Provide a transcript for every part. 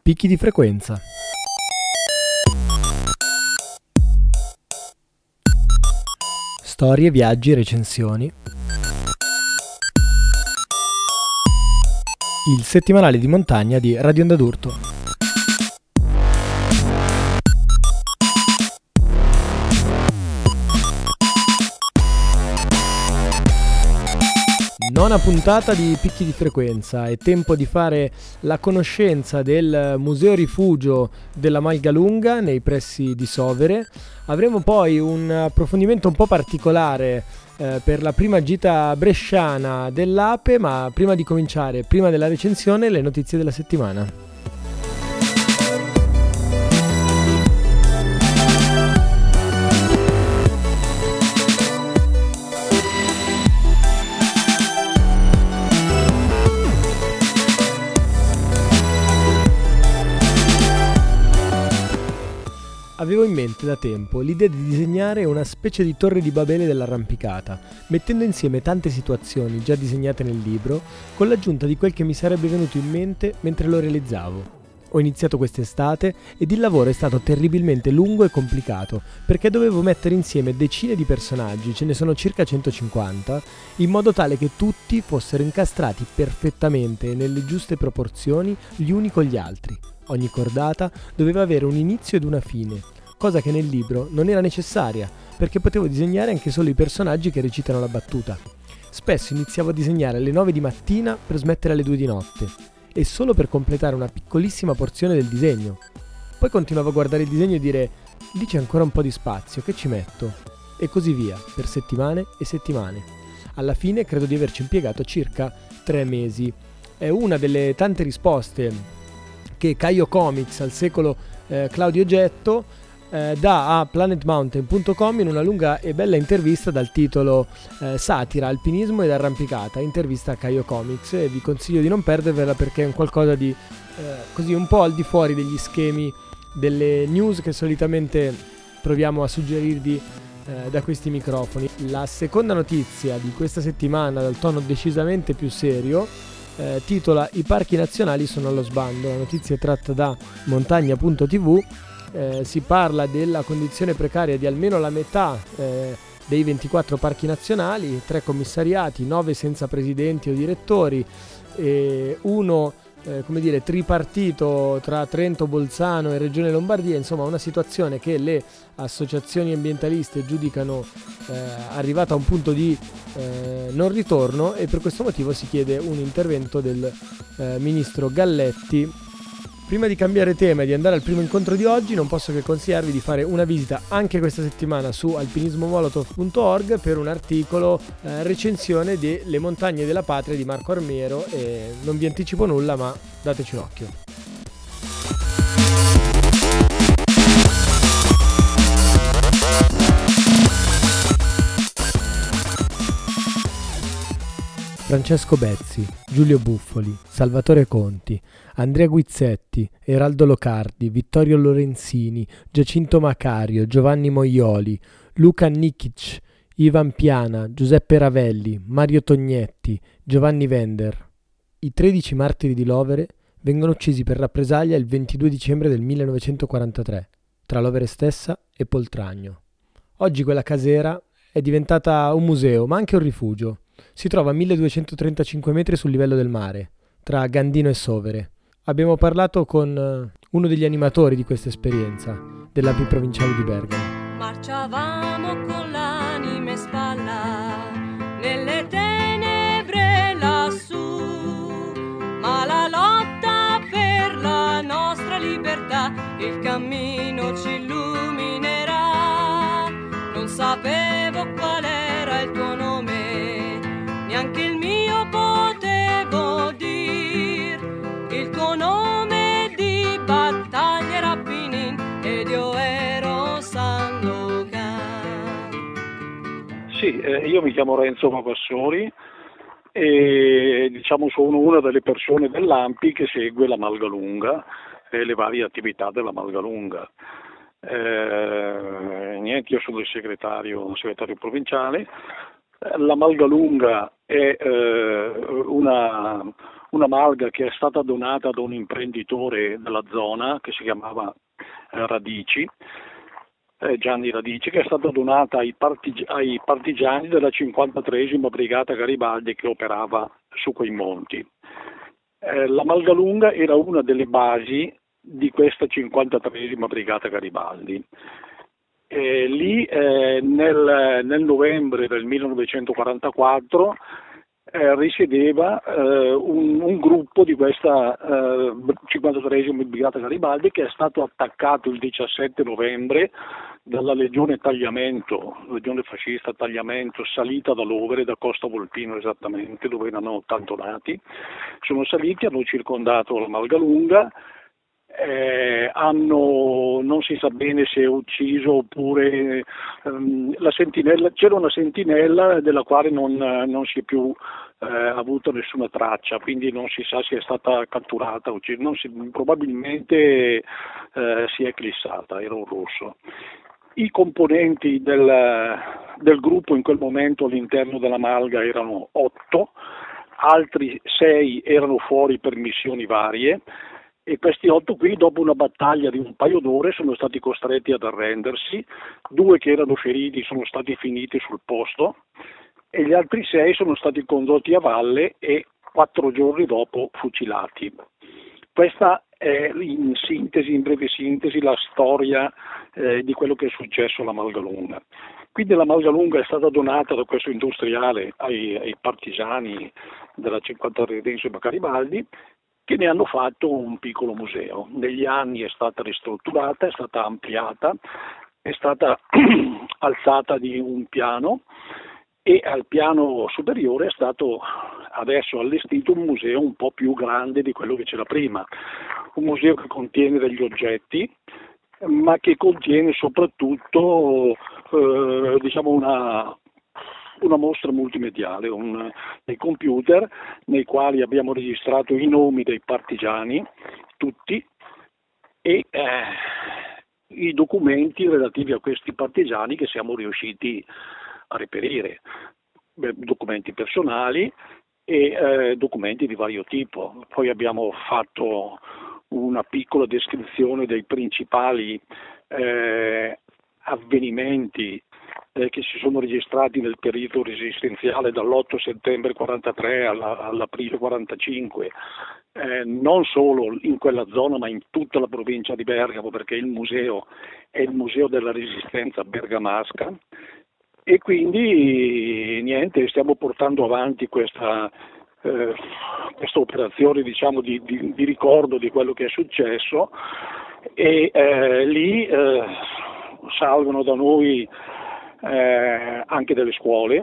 Picchi di frequenza. Storie, viaggi, recensioni. Il settimanale di montagna di Radio Onda d'Urto. Nona puntata di Picchi di frequenza. È tempo di fare la conoscenza del Museo Rifugio della Malgalunga nei pressi di Sovere. Avremo poi un approfondimento un po' particolare per la prima gita bresciana dell'Ape, ma prima di cominciare, prima della recensione, le notizie della settimana. Avevo in mente da tempo l'idea di disegnare una specie di torre di Babele dell'arrampicata, mettendo insieme tante situazioni già disegnate nel libro, con l'aggiunta di quel che mi sarebbe venuto in mente mentre lo realizzavo. Ho iniziato quest'estate ed il lavoro è stato terribilmente lungo e complicato, perché dovevo mettere insieme decine di personaggi, ce ne sono circa 150, in modo tale che tutti fossero incastrati perfettamente e nelle giuste proporzioni gli uni con gli altri. Ogni cordata doveva avere un inizio ed una fine, cosa che nel libro non era necessaria, perché potevo disegnare anche solo i personaggi che recitano la battuta. Spesso iniziavo a disegnare alle 9 di mattina per smettere alle 2 di notte, e solo per completare una piccolissima porzione del disegno. Poi continuavo a guardare il disegno e dire: lì c'è ancora un po' di spazio, che ci metto? E così via, per settimane e settimane. Alla fine credo di averci impiegato circa 3 mesi. È una delle tante risposte che Caio Comics al secolo Claudio Getto dà a planetmountain.com in una lunga e bella intervista dal titolo Satira, alpinismo ed arrampicata, intervista a Caio Comics, e vi consiglio di non perdervela perché è un qualcosa di così un po' al di fuori degli schemi delle news che solitamente proviamo a suggerirvi da questi microfoni. La seconda notizia di questa settimana, dal tono decisamente più serio, titola: I parchi nazionali sono allo sbando. La notizia è tratta da montagna.tv. Si parla della condizione precaria di almeno la metà dei 24 parchi nazionali, 3 commissariati, 9 senza presidenti o direttori, e uno tripartito tra Trento, Bolzano e Regione Lombardia. Insomma, una situazione che le associazioni ambientaliste giudicano arrivata a un punto di non ritorno, e per questo motivo si chiede un intervento del ministro Galletti. Prima di cambiare tema e di andare al primo incontro di oggi, non posso che consigliarvi di fare una visita anche questa settimana su alpinismomolotov.org per un articolo recensione delle montagne della patria di Marco Armero, e non vi anticipo nulla, ma dateci un occhio. Francesco Bezzi, Giulio Buffoli, Salvatore Conti, Andrea Guizzetti, Eraldo Locardi, Vittorio Lorenzini, Giacinto Macario, Giovanni Moioli, Luca Nikic, Ivan Piana, Giuseppe Ravelli, Mario Tognetti, Giovanni Vender. I 13 martiri di Lovere vengono uccisi per rappresaglia il 22 dicembre del 1943, tra Lovere stessa e Poltragno. Oggi quella casera è diventata un museo, ma anche un rifugio. Si trova a 1235 metri sul livello del mare, tra Gandino e Sovere. Abbiamo parlato con uno degli animatori di questa esperienza, dell'API provinciale di Bergamo. Marciavamo con l'anima in spalla, nelle tenebre lassù, ma la lotta per la nostra libertà, il cammino ci illuminerà. Non sapevo qual era il tuo nome, neanche il mio potevo dir, il tuo nome di battaglia era Pinin ed io ero Sandokan. Sì, io mi chiamo Renzo Mavassori e sono una delle persone dell'AMPI che segue la Malgalunga e le varie attività della Malgalunga. Io sono il segretario provinciale. La Malgalunga è una una malga che è stata donata da un imprenditore della zona che si chiamava Radici, Gianni Radici, che è stata donata ai partigiani della 53esima Brigata Garibaldi che operava su quei monti. La Malgalunga era una delle basi di questa 53esima Brigata Garibaldi. Lì nel novembre del 1944 risiedeva un gruppo di questa 53esima Brigata Garibaldi che è stato attaccato il 17 novembre dalla Legione Tagliamento, Legione fascista Tagliamento, salita dall'Overe, da Costa Volpino esattamente, dove erano accantonati. Sono saliti, hanno circondato la Malgalunga, non si sa bene se è ucciso oppure c'era una sentinella della quale non si è più avuto nessuna traccia, quindi non si sa se è stata catturata o probabilmente si è eclissata, era un rosso. I componenti del gruppo in quel momento all'interno della Malga erano 8, altri 6 erano fuori per missioni varie, e questi 8 qui, dopo una battaglia di un paio d'ore, sono stati costretti ad arrendersi. 2 che erano feriti sono stati finiti sul posto e gli altri 6 sono stati condotti a valle e 4 giorni dopo fucilati. Questa è in breve sintesi, la storia di quello che è successo alla Malgalunga. Quindi la Malgalunga è stata donata da questo industriale ai partigiani della 53esima Garibaldi, che ne hanno fatto un piccolo museo. Negli anni è stata ristrutturata, è stata ampliata, è stata alzata di un piano, e al piano superiore è stato adesso allestito un museo un po' più grande di quello che c'era prima, un museo che contiene degli oggetti, ma che contiene soprattutto una mostra multimediale, dei computer nei quali abbiamo registrato i nomi dei partigiani, tutti, e i documenti relativi a questi partigiani che siamo riusciti a reperire, documenti personali e documenti di vario tipo. Poi abbiamo fatto una piccola descrizione dei principali avvenimenti che si sono registrati nel periodo resistenziale dall'8 settembre 43 all'aprile 45, non solo in quella zona ma in tutta la provincia di Bergamo, perché il museo è il museo della resistenza bergamasca, e quindi stiamo portando avanti questa operazione di ricordo di quello che è successo, e lì salgono da noi anche delle scuole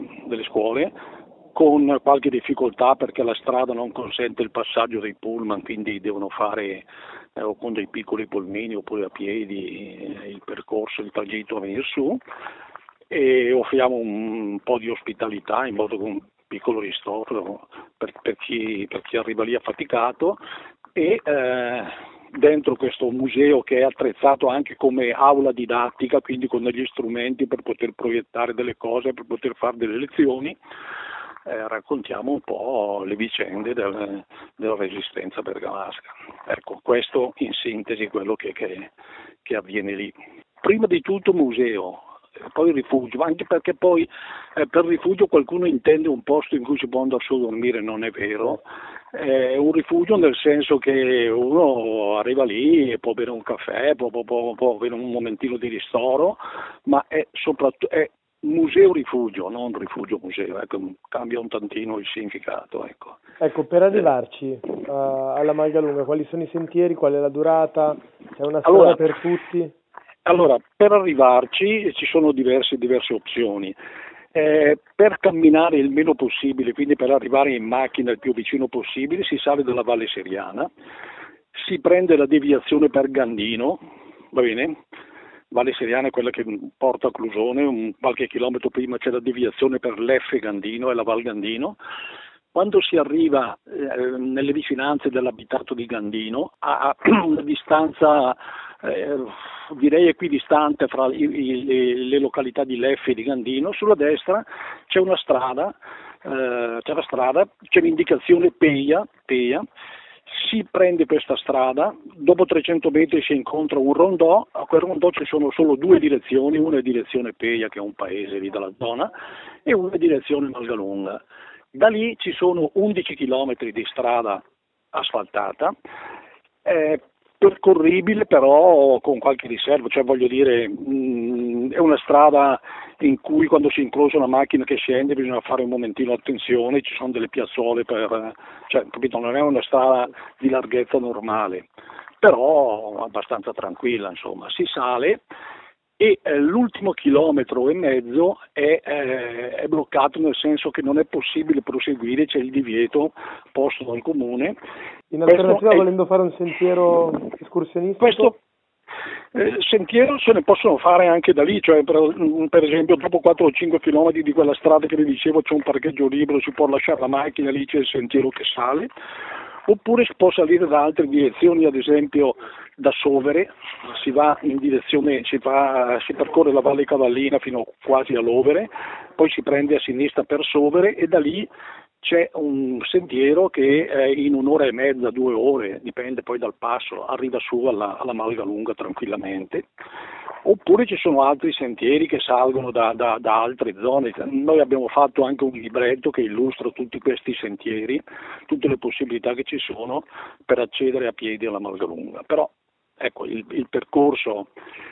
con qualche difficoltà perché la strada non consente il passaggio dei pullman, quindi devono fare o con dei piccoli polmini oppure a piedi il percorso, il tragitto a venire su, e offriamo un po' di ospitalità in modo che un piccolo ristoro per chi arriva lì affaticato, e dentro questo museo, che è attrezzato anche come aula didattica, quindi con degli strumenti per poter proiettare delle cose, per poter fare delle lezioni, raccontiamo un po' le vicende della resistenza bergamasca. Ecco, questo in sintesi quello che avviene lì. Prima di tutto museo, poi rifugio, anche perché poi per rifugio qualcuno intende un posto in cui si può andare solo a dormire. Non è vero. È un rifugio nel senso che uno arriva lì e può bere un caffè, può avere un momentino di ristoro, ma è soprattutto museo rifugio, non rifugio museo, ecco, cambia un tantino il significato. Ecco, per arrivarci alla Malgalunga, quali sono i sentieri, qual è la durata, c'è una strada per tutti? Allora, per arrivarci ci sono diverse opzioni. Per camminare il meno possibile, quindi per arrivare in macchina il più vicino possibile, si sale dalla Valle Seriana, si prende la deviazione per Gandino, va bene? Valle Seriana è quella che porta a Clusone, qualche chilometro prima c'è la deviazione per l'F Gandino e la Val Gandino. Quando si arriva nelle vicinanze dell'abitato di Gandino, a una distanza direi equidistante fra le località di Leffe e di Gandino, sulla destra c'è una strada c'è la strada, c'è l'indicazione Peia, si prende questa strada, dopo 300 metri si incontra un rondò, a quel rondò ci sono solo due direzioni, una è direzione Peia, che è un paese lì dalla zona, e una è direzione Malgalunga. Da lì ci sono 11 chilometri di strada asfaltata, percorribile però con qualche riserva, cioè voglio dire, è una strada in cui quando si incrocia una macchina che scende bisogna fare un momentino attenzione, ci sono delle piazzole cioè, capito, non è una strada di larghezza normale, però abbastanza tranquilla, insomma, si sale e l'ultimo chilometro e mezzo è bloccato, nel senso che non è possibile proseguire, c'è il divieto posto dal comune. In alternativa, volendo fare un sentiero escursionistico? Questo sentiero se ne possono fare anche da lì, cioè per esempio dopo 4 o 5 km di quella strada che vi dicevo c'è un parcheggio libero, si può lasciare la macchina, lì c'è il sentiero che sale, oppure si può salire da altre direzioni, ad esempio da Sovere, si va in direzione, si percorre la Valle Cavallina fino quasi a Lovere, poi si prende a sinistra per Sovere e da lì c'è un sentiero che in 1 ora e mezza, 2 ore, dipende poi dal passo, arriva su alla Malgalunga tranquillamente. Oppure ci sono altri sentieri che salgono da altre zone. Noi abbiamo fatto anche un libretto che illustra tutti questi sentieri, tutte le possibilità che ci sono per accedere a piedi alla Malgalunga. Però ecco, il percorso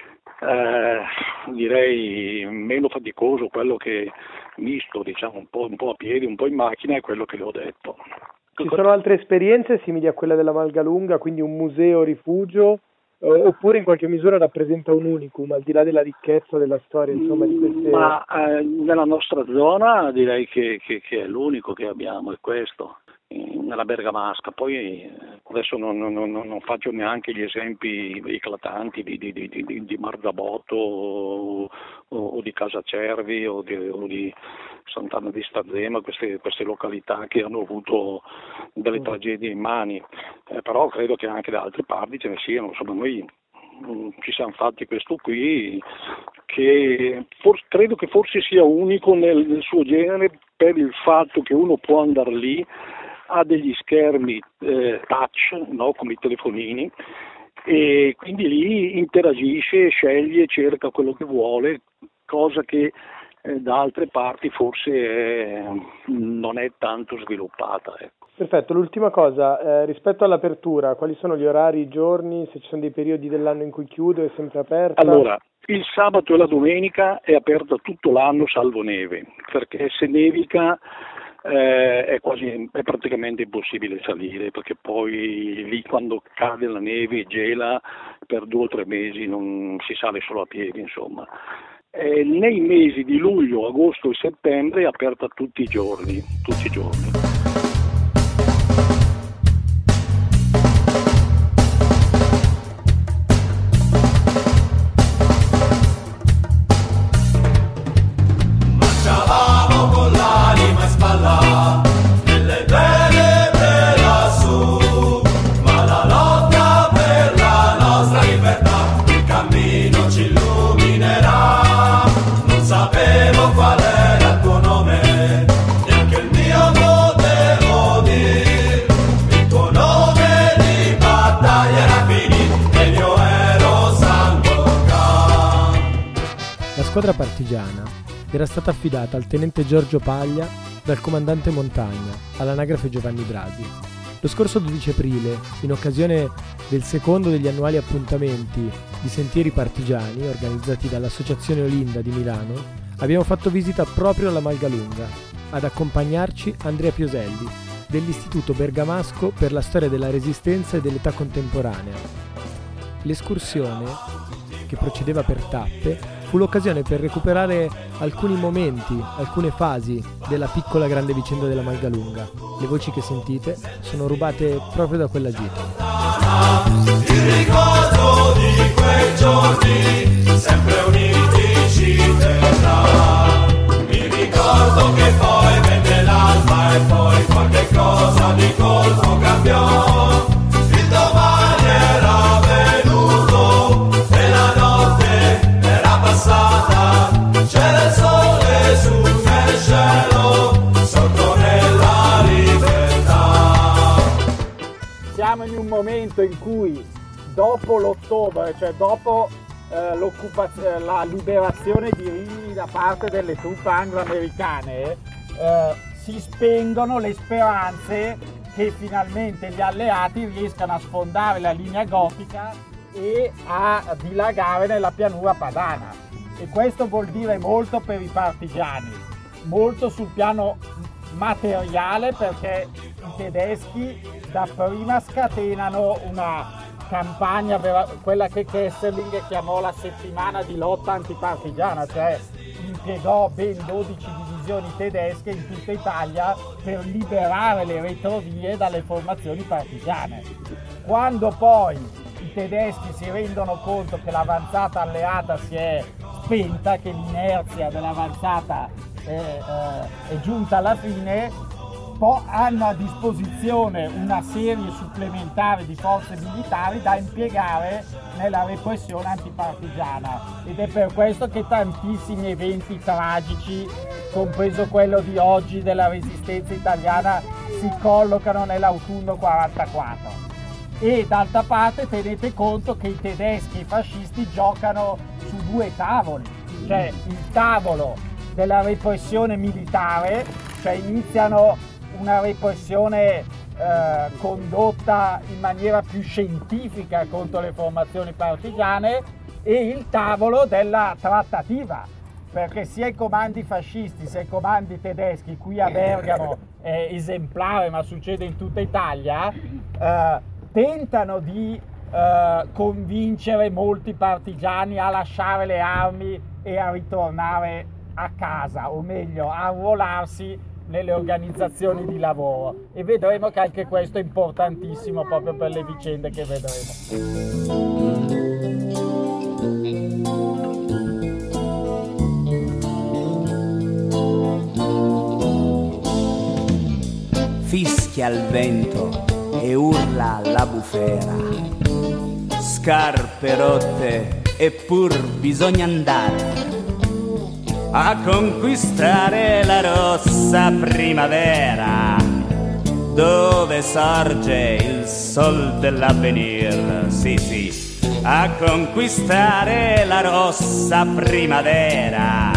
direi meno faticoso, quello che misto, diciamo, un po' a piedi, un po' in macchina, è quello che le ho detto. Ci sono altre esperienze simili a quella della Malgalunga, quindi un museo rifugio, oppure in qualche misura rappresenta un unicum, al di là della ricchezza della storia, insomma, di queste... Ma nella nostra zona direi che è l'unico che abbiamo, è questo, nella Bergamasca. Poi adesso non faccio neanche gli esempi eclatanti di Marzabotto o di Casacervi o di Sant'Anna di Stazzema, queste località che hanno avuto delle tragedie immani, però credo che anche da altre parti ce ne siano. Insomma, noi ci siamo fatti questo qui che credo che forse sia unico nel suo genere, per il fatto che uno può andare lì, ha degli schermi touch, no, come i telefonini, e quindi lì interagisce, sceglie, cerca quello che vuole, cosa che da altre parti forse non è tanto sviluppata. Ecco. Perfetto, l'ultima cosa, rispetto all'apertura, quali sono gli orari, i giorni, se ci sono dei periodi dell'anno in cui chiude, è sempre aperta? Allora, il sabato e la domenica è aperta tutto l'anno salvo neve, perché se nevica è praticamente impossibile salire, perché poi lì quando cade la neve, gela, per 2 o 3 mesi non si sale solo a piedi, insomma. Nei mesi di luglio, agosto e settembre è aperta tutti i giorni. La squadra partigiana era stata affidata al tenente Giorgio Paglia dal comandante Montagna, all'anagrafe Giovanni Brasi. Lo scorso 12 aprile, in occasione del secondo degli annuali appuntamenti di sentieri partigiani organizzati dall'Associazione Olinda di Milano, abbiamo fatto visita proprio alla Malgalunga. Ad accompagnarci Andrea Pioselli, dell'Istituto Bergamasco per la storia della Resistenza e dell'età contemporanea. L'escursione, che procedeva per tappe, fu l'occasione per recuperare alcuni momenti, alcune fasi della piccola grande vicenda della Malgalunga. Le voci che sentite sono rubate proprio da quella gita. Il ricordo di quei giorni, sempre uniti ci terrà. Mi ricordo che poi venne l'alba e poi qualche cosa di colpo cambiò. Il domani era venuto e la notte era passata. C'era il sole sul cielo sotto momento in cui dopo l'ottobre, cioè dopo la liberazione di Rimini da parte delle truppe anglo-americane, si spengono le speranze che finalmente gli alleati riescano a sfondare la linea gotica e a dilagare nella pianura padana. E questo vuol dire molto per i partigiani, molto sul piano materiale, perché i tedeschi dapprima scatenano una campagna, quella che Kesselring chiamò la settimana di lotta antipartigiana, cioè impiegò ben 12 divisioni tedesche in tutta Italia per liberare le retrovie dalle formazioni partigiane. Quando poi i tedeschi si rendono conto che l'avanzata alleata si è spenta, che l'inerzia dell'avanzata è giunta alla fine, hanno a disposizione una serie supplementare di forze militari da impiegare nella repressione antipartigiana, ed è per questo che tantissimi eventi tragici, compreso quello di oggi della resistenza italiana, si collocano nell'autunno 44. E d'altra parte tenete conto che i tedeschi e i fascisti giocano su due tavoli, cioè il tavolo della repressione militare, cioè iniziano una repressione condotta in maniera più scientifica contro le formazioni partigiane, e il tavolo della trattativa, perché sia i comandi fascisti sia i comandi tedeschi, qui a Bergamo è esemplare ma succede in tutta Italia, tentano di convincere molti partigiani a lasciare le armi e a ritornare a casa, o meglio a arruolarsi nelle organizzazioni di lavoro, e vedremo che anche questo è importantissimo proprio per le vicende che vedremo. Fischia il vento e urla la bufera, scarpe rotte eppur bisogna andare a conquistare la rossa primavera, dove sorge il sol dell'avvenir. Sì, sì, a conquistare la rossa primavera,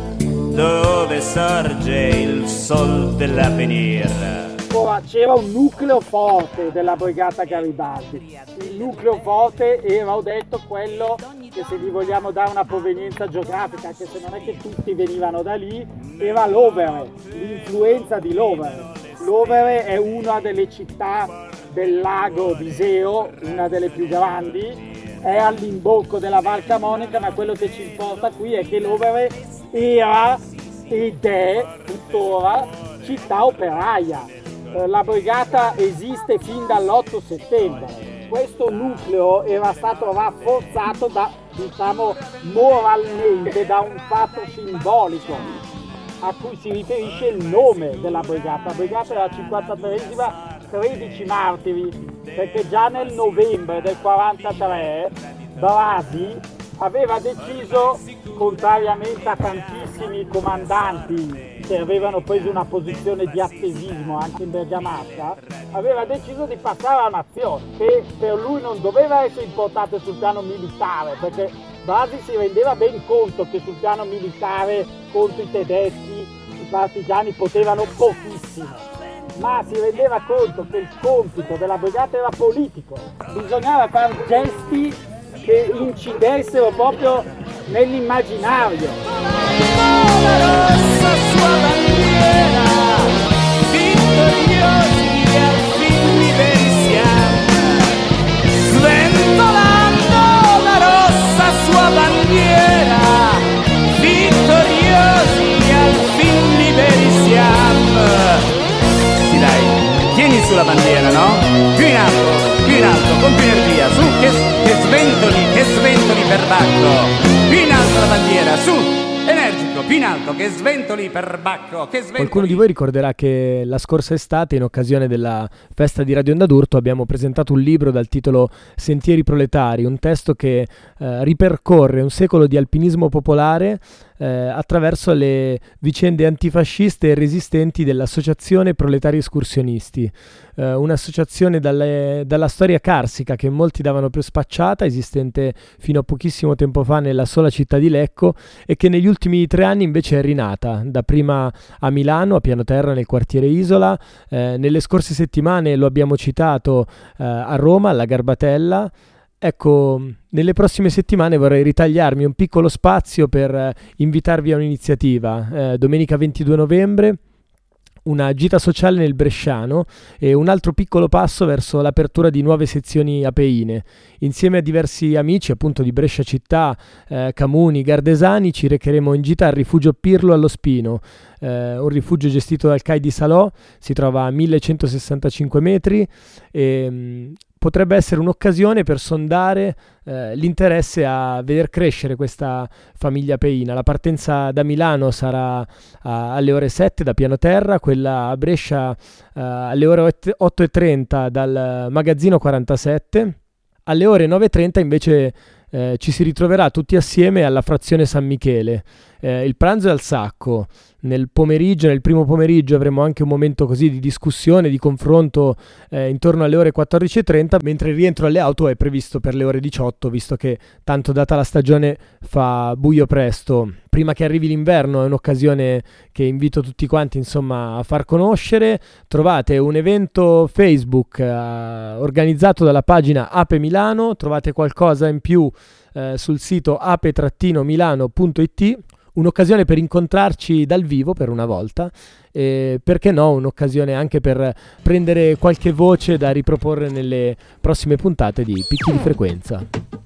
dove sorge il sol dell'avvenir. Ora, c'era un nucleo forte della Brigata Garibaldi. Il nucleo forte era, ho detto, quello che, se gli vogliamo dare una provenienza geografica, anche se non è che tutti venivano da lì, era Lovere, l'influenza di Lovere. Lovere è una delle città del lago di Iseo, una delle più grandi, è all'imbocco della Val Camonica, ma quello che ci importa qui è che Lovere era ed è tuttora città operaia. La brigata esiste fin dall'8 settembre. Questo nucleo era stato rafforzato moralmente da un fatto simbolico a cui si riferisce il nome della brigata. La brigata era la 53esima 13 martiri, perché già nel novembre del 43 Brasi aveva deciso, contrariamente a tantissimi comandanti che avevano preso una posizione di attesismo anche in Bergamasca, aveva deciso di passare all'azione, che per lui non doveva essere importante sul piano militare, perché Brasi si rendeva ben conto che sul piano militare contro i tedeschi i partigiani potevano pochissimo, ma si rendeva conto che il compito della brigata era politico, bisognava fare gesti che incidessero proprio nell'immaginario. La rossa sua bandiera, vittoriosi al fin liberi siamo, sventolando la rossa sua bandiera, vittoriosi al fin liberi siamo. Sì dai, tieni sulla bandiera, no? Più in alto, con più energia, su, che sventoli per bacco, più in alto la bandiera, su, energico, più in alto, che sventoli per bacco, che sventoli. Qualcuno di voi ricorderà che la scorsa estate, in occasione della festa di Radio Onda d'Urto, abbiamo presentato un libro dal titolo Sentieri proletari, un testo che ripercorre un secolo di alpinismo popolare attraverso le vicende antifasciste e resistenti dell'Associazione Proletari Escursionisti, un'associazione dalla storia carsica che molti davano per spacciata, esistente fino a pochissimo tempo fa nella sola città di Lecco, e che negli ultimi 3 anni invece è rinata, dapprima a Milano, a piano terra nel quartiere Isola, nelle scorse settimane lo abbiamo citato a Roma, alla Garbatella. Ecco, nelle prossime settimane vorrei ritagliarmi un piccolo spazio per invitarvi a un'iniziativa. Domenica 22 novembre, una gita sociale nel Bresciano e un altro piccolo passo verso l'apertura di nuove sezioni apeine. Insieme a diversi amici appunto di Brescia città, Camuni, Gardesani, ci recheremo in gita al rifugio Pirlo allo Spino, un rifugio gestito dal CAI di Salò, si trova a 1165 metri e potrebbe essere un'occasione per sondare l'interesse a veder crescere questa famiglia apeina. La partenza da Milano sarà alle ore 7 da piano terra, quella a Brescia alle ore 8:30 dal magazzino 47. Alle ore 9:30 invece ci si ritroverà tutti assieme alla frazione San Michele. Il pranzo è al sacco. Nel primo pomeriggio avremo anche un momento così di discussione, di confronto intorno alle ore 14:30, mentre il rientro alle auto è previsto per le ore 18, visto che tanto data la stagione fa buio presto. Prima che arrivi l'inverno è un'occasione che invito tutti quanti insomma a far conoscere. Trovate un evento Facebook organizzato dalla pagina Ape Milano, trovate qualcosa in più sul sito ape-milano.it. Un'occasione per incontrarci dal vivo per una volta e perché no un'occasione anche per prendere qualche voce da riproporre nelle prossime puntate di Picchi di Frequenza.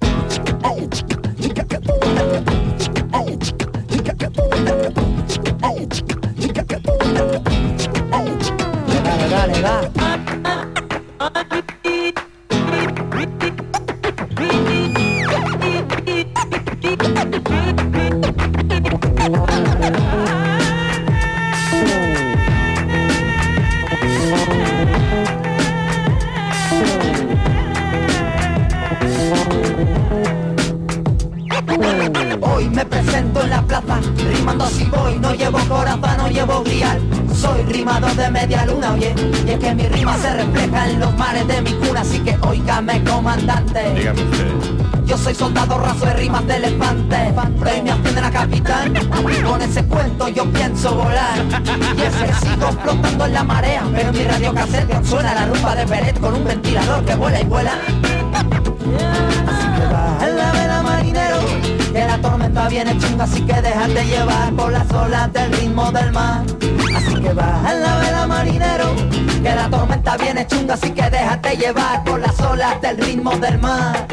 Hoy me presento en la plaza, rimando así voy, no llevo coraza, no llevo grial. Soy rimador de media luna, oye, y es que mi rima se refleja en los mares de mi cuna, así que óigame comandante. Dígame usted. Yo soy soldado raso de rimas de elefante, pero me ascienden a capitán. Con ese cuento yo pienso volar. Y es que sigo flotando en la marea, pero en mi radiocassette suena la rumba de Peret con un ventilador que vuela y vuela. Así que baja en la vela, marinero, que la tormenta viene chunga, así que déjate llevar por las olas del ritmo del mar. Así que baja en la vela, marinero, que la tormenta viene chunga, así que déjate llevar por las olas del ritmo del mar.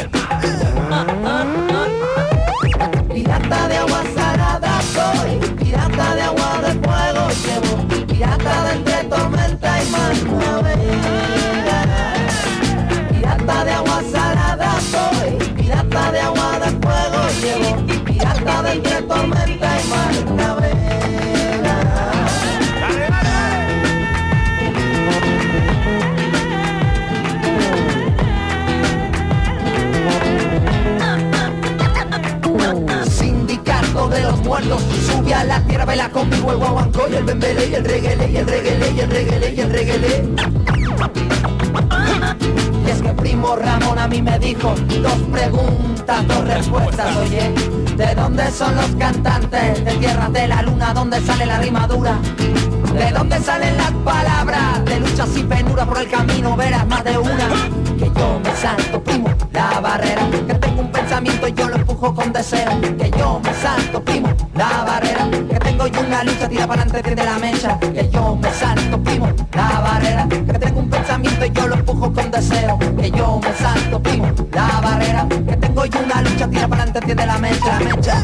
Pirata de agua salada soy, pirata de agua de fuego llevo, pirata de entre tormenta y mar navega. Pirata de agua salada soy, pirata de agua de fuego llevo, pirata de entre tormenta y mar navega. De los muertos, sube a la tierra, baila conmigo el guaguancó y el bembele y el reguele y el reguele y el reguele y el reguele. Y es que primo Ramón a mí me dijo 2 preguntas, 2 respuestas, oye, ¿de dónde son los cantantes? De tierra de la luna, ¿dónde sale la rimadura? ¿De dónde salen las palabras? De luchas y penura por el camino, verás más de una. Que yo me salto, primo, la barrera, que tengo un pensamiento y yo lo empujo con deseo. Que yo me salto, primo, la barrera, que tengo yo una lucha, tira para adelante, tiende la mecha. Que yo me salto, primo, la barrera, que tengo un pensamiento y yo lo empujo con deseo. Que yo me salto, primo, la barrera, que tengo yo una lucha, tira para adelante, tiende la mecha, mecha.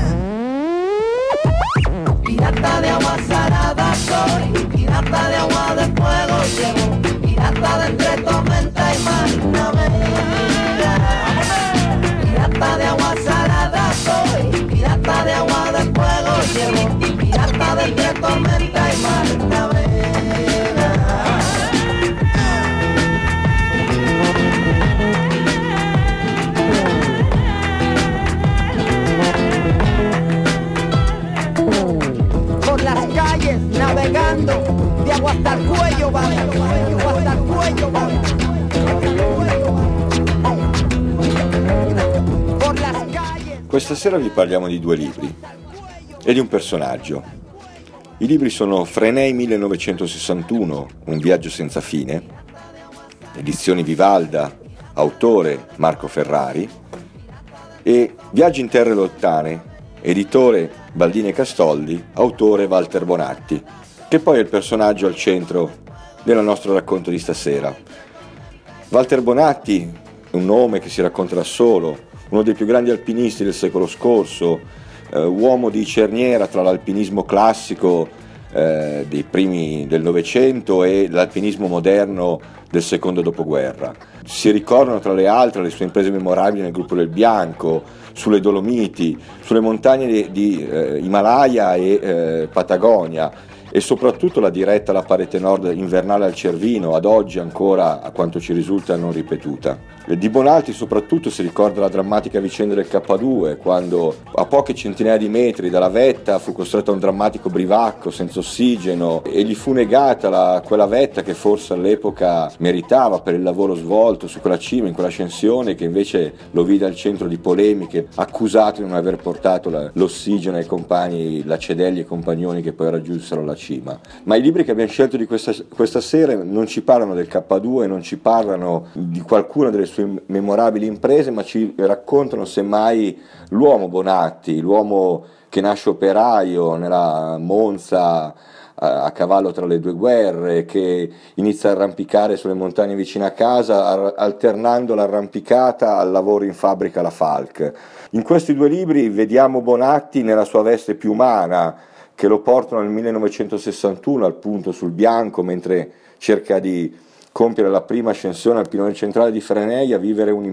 Pirata de agua salada soy, pirata de agua de fuego llevo, pirata de entre tormenta y mar navega. Pirata de agua salada soy, pirata de agua de fuego llevo, pirata de entre tormenta y mar navega. calles navegando, de agua hasta el cuello vamos, hasta el cuello vamos, por las calles. Questa sera vi parliamo di 2 libri e di un personaggio. I libri sono Frenay 1961, Un viaggio senza fine, edizioni Vivalda, autore Marco Ferrari, e Viaggi in terre lontane, editore Baldini e Castoldi, autore Walter Bonatti, che poi è il personaggio al centro del nostro racconto di stasera. Walter Bonatti è un nome che si racconta da solo, uno dei più grandi alpinisti del secolo scorso, uomo di cerniera tra l'alpinismo classico dei primi del Novecento e l'alpinismo moderno del secondo dopoguerra. Si ricordano tra le altre le sue imprese memorabili nel gruppo del Bianco, sulle Dolomiti, sulle montagne di Himalaya e Patagonia, e soprattutto la diretta alla parete nord invernale al Cervino, ad oggi ancora, a quanto ci risulta, non ripetuta. Di Bonatti soprattutto si ricorda la drammatica vicenda del K2, quando a poche centinaia di metri dalla vetta fu costretto a un drammatico brivacco senza ossigeno e gli fu negata quella vetta che forse all'epoca meritava per il lavoro svolto su quella cima, in quell'ascensione, che invece lo vide al centro di polemiche, accusato di non aver portato l'ossigeno ai compagni, Lacedelli e compagnoni che poi raggiunsero la cima. Ma i libri che abbiamo scelto di questa sera non ci parlano del K2, non ci parlano di qualcuna delle sue memorabili imprese, ma ci raccontano semmai l'uomo Bonatti, l'uomo che nasce operaio nella Monza a cavallo tra le 2 guerre, che inizia a arrampicare sulle montagne vicine a casa, alternando l'arrampicata al lavoro in fabbrica alla Falck. In questi 2 libri vediamo Bonatti nella sua veste più umana, che lo portano nel 1961 al punto sul Bianco, mentre cerca di compiere la prima ascensione al Pinone Centrale di Frenay, a vivere una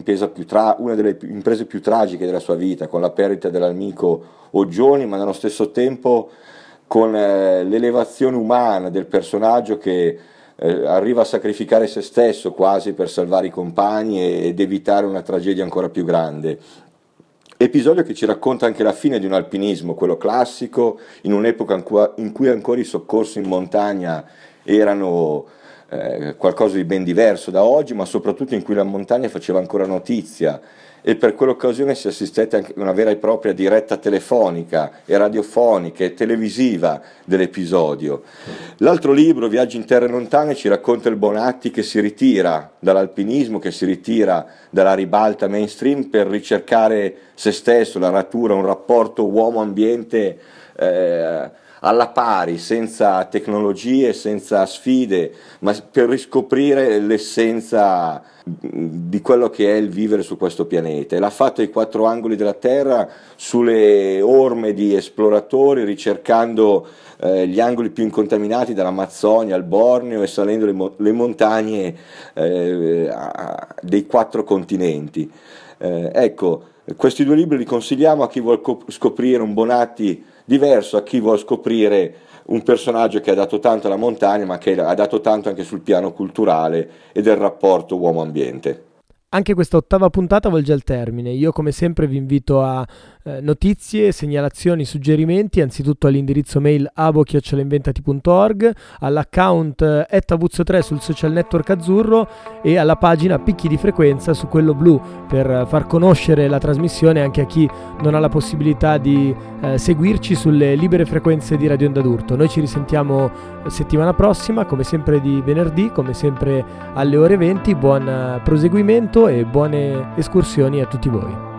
delle imprese più tragiche della sua vita, con la perdita dell'amico Oggioni, ma nello stesso tempo con l'elevazione umana del personaggio che arriva a sacrificare se stesso quasi per salvare i compagni ed evitare una tragedia ancora più grande. Episodio che ci racconta anche la fine di un alpinismo, quello classico, in un'epoca in cui ancora i soccorsi in montagna erano qualcosa di ben diverso da oggi, ma soprattutto in cui la montagna faceva ancora notizia, e per quell'occasione si assistette anche a una vera e propria diretta telefonica e radiofonica e televisiva dell'episodio. L'altro libro, Viaggi in terre lontane, ci racconta il Bonatti che si ritira dall'alpinismo, che si ritira dalla ribalta mainstream per ricercare se stesso, la natura, un rapporto uomo-ambiente alla pari, senza tecnologie, senza sfide, ma per riscoprire l'essenza di quello che è il vivere su questo pianeta. E l'ha fatto ai 4 angoli della Terra, sulle orme di esploratori, ricercando gli angoli più incontaminati, dall'Amazzonia al Borneo, e salendo le montagne dei 4 continenti. Ecco, questi 2 libri li consigliamo a chi vuole scoprire un Bonatti diverso, a chi vuole scoprire un personaggio che ha dato tanto alla montagna, ma che ha dato tanto anche sul piano culturale e del rapporto uomo-ambiente. Anche questa 8ª puntata volge al termine. Io come sempre vi invito a notizie, segnalazioni, suggerimenti, anzitutto all'indirizzo mail abo@inventati.org, all'account @avuzzo3 sul social network azzurro e alla pagina Picchi di Frequenza su quello blu, per far conoscere la trasmissione anche a chi non ha la possibilità di seguirci sulle libere frequenze di Radio Onda d'Urto. Noi ci risentiamo settimana prossima, come sempre di venerdì, come sempre alle ore 20. Buon proseguimento e buone escursioni a tutti voi.